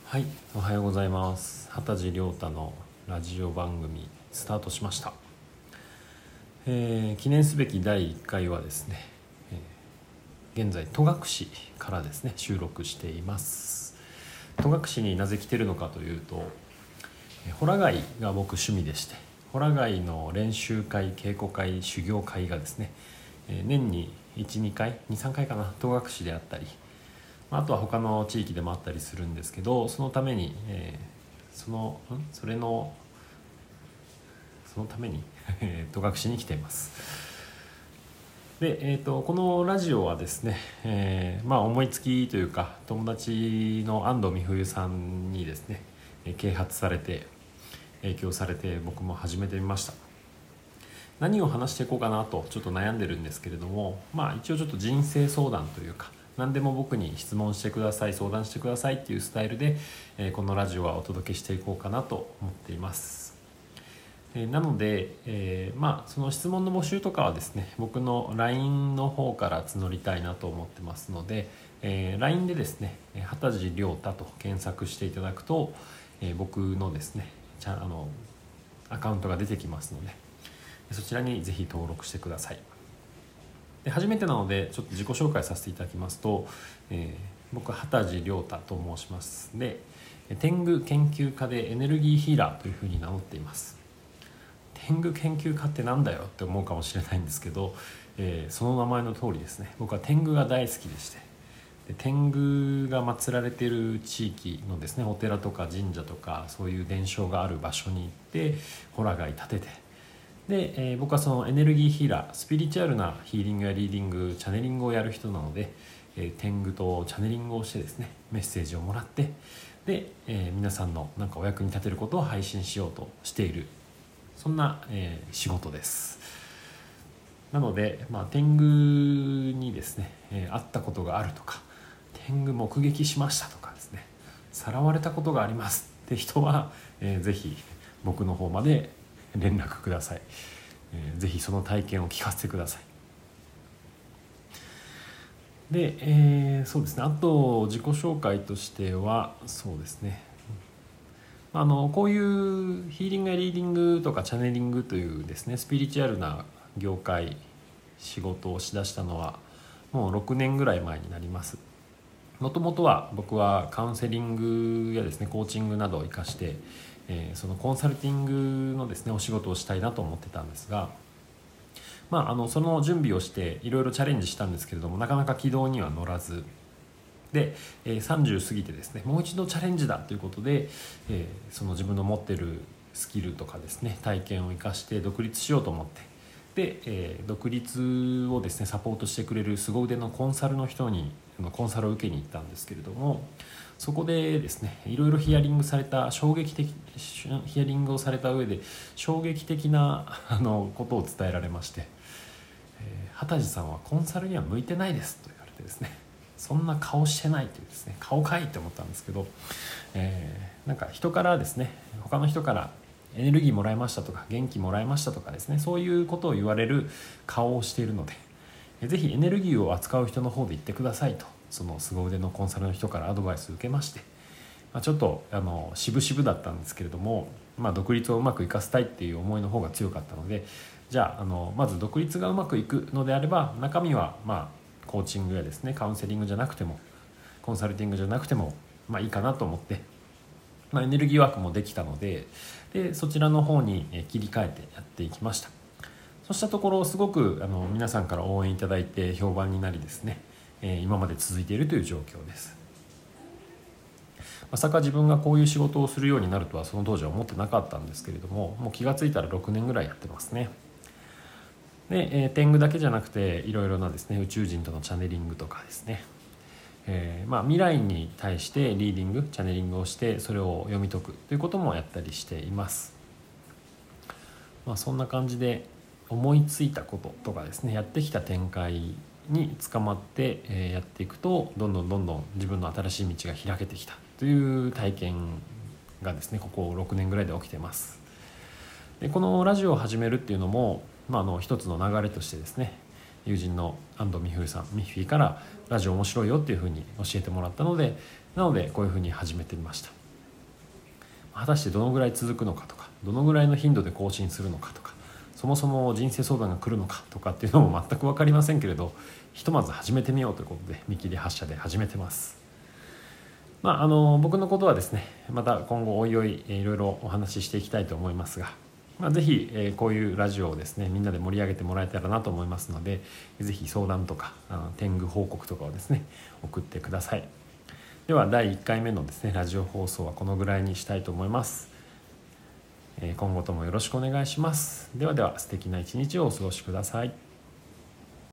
はい、おはようございます。畑地亮太のラジオ番組スタートしました。記念すべき第1回はですね、現在戸隠からですね収録しています。戸隠になぜ来てるのかというと、ホラ貝が僕趣味でして、ホラ貝の練習会、稽古会、修行会がですね、年に1、2回、2、3回かな、戸隠であったり、あとは他の地域でもあったりするんですけど、そのために、そのために戸隠に来ています。で、このラジオはですね、思いつきというか、友達の安藤美冬さんにですね啓発されて影響されて僕も始めてみました。何を話していこうかなとちょっと悩んでるんですけれども、一応ちょっと人生相談というか、何でも僕に質問してください、相談してくださいっていうスタイルで、このラジオはお届けしていこうかなと思っています。なので、その質問の募集とかはですね、僕の LINE の方から募りたいなと思ってますので、LINE でですね畑地亮太と検索していただくと、僕のですねアカウントが出てきますので、そちらにぜひ登録してください。で、初めてなのでちょっと自己紹介させていただきますと、僕は畑地亮太と申します。で、天狗研究家でエネルギーヒーラーというふうに名乗っています。天狗研究家ってなんだよって思うかもしれないんですけど、その名前の通りですね、僕は天狗が大好きでして、で天狗が祀られている地域のですねお寺とか神社とかそういう伝承がある場所に行ってホラ貝立てて、で、僕はそのエネルギーヒーラー、スピリチュアルなヒーリングやリーディング、チャネリングをやる人なので、天狗とチャネリングをしてですねメッセージをもらって、で、皆さんのなんかお役に立てることを配信しようとしている、そんな、仕事です。なので、天狗にですね、会ったことがあるとか、天狗目撃しましたとかですね、さらわれたことがありますって人は、ぜひ僕の方まで連絡ください。ぜひその体験を聞かせてください。で、そうですね、あと自己紹介としてはそうですね、こういうヒーリングやリーディングとかチャネリングというですねスピリチュアルな業界、仕事をしだしたのはもう6年ぐらい前になります。もともとは僕はカウンセリングやですねコーチングなどを生かして、そのコンサルティングのですねお仕事をしたいなと思ってたんですが、その準備をしていろいろチャレンジしたんですけれども、なかなか軌道には乗らずで、30過ぎてですねもう一度チャレンジだということで、その自分の持っているスキルとかですね体験を生かして独立しようと思って、で、独立をですねサポートしてくれる凄腕のコンサルの人にコンサルを受けに行ったんですけれども、そこでですねいろいろヒアリングをされた上で衝撃的なことを伝えられまして、畑地さんはコンサルには向いてないですと言われてですね、そんな顔してないというですね、顔かいって思ったんですけど、なんか人からですね、他の人からエネルギーもらいましたとか元気もらいましたとかですね、そういうことを言われる顔をしているので、ぜひエネルギーを扱う人の方で言ってくださいと、その凄腕のコンサルの人からアドバイスを受けまして、ちょっと渋々だったんですけれども、独立をうまくいかせたいっていう思いの方が強かったので、じゃあ、まず独立がうまくいくのであれば中身はコーチングやですねカウンセリングじゃなくてもコンサルティングじゃなくてもいいかなと思って、エネルギーワークもできたので、そちらの方に切り替えてやっていきました。そうしたところすごく皆さんから応援いただいて評判になりですね、今まで続いているという状況です。まさか自分がこういう仕事をするようになるとはその当時は思ってなかったんですけれども、もう気がついたら6年ぐらいやってますね。で、天狗だけじゃなくていろいろなですね宇宙人とのチャネリングとかですね、未来に対してリーディングチャネリングをしてそれを読み解くということもやったりしています。そんな感じで思いついたこととかですねやってきた展開に捕まって、やっていくとどんどん自分の新しい道が開けてきたという体験がですねここ6年ぐらいで起きています。でこのラジオを始めるっていうのも、一つの流れとしてですね、 友人の安藤美冬さんミッフィーからラジオ面白いよっていうふうに教えてもらったので、こういうふうに始めてみました。果たしてどのぐらい続くのかとか、どのぐらいの頻度で更新するのかとか、そもそも人生相談が来るのかとかっていうのも全く分かりませんけれど、ひとまず始めてみようということで見切り発車で始めてます。僕のことはですね、また今後おいおいいろいろお話ししていきたいと思いますが、ぜひこういうラジオをですねみんなで盛り上げてもらえたらなと思いますので、ぜひ相談とか天狗報告とかをですね送ってください。では第1回目のですねラジオ放送はこのぐらいにしたいと思います。今後ともよろしくお願いします。では素敵な一日をお過ごしください。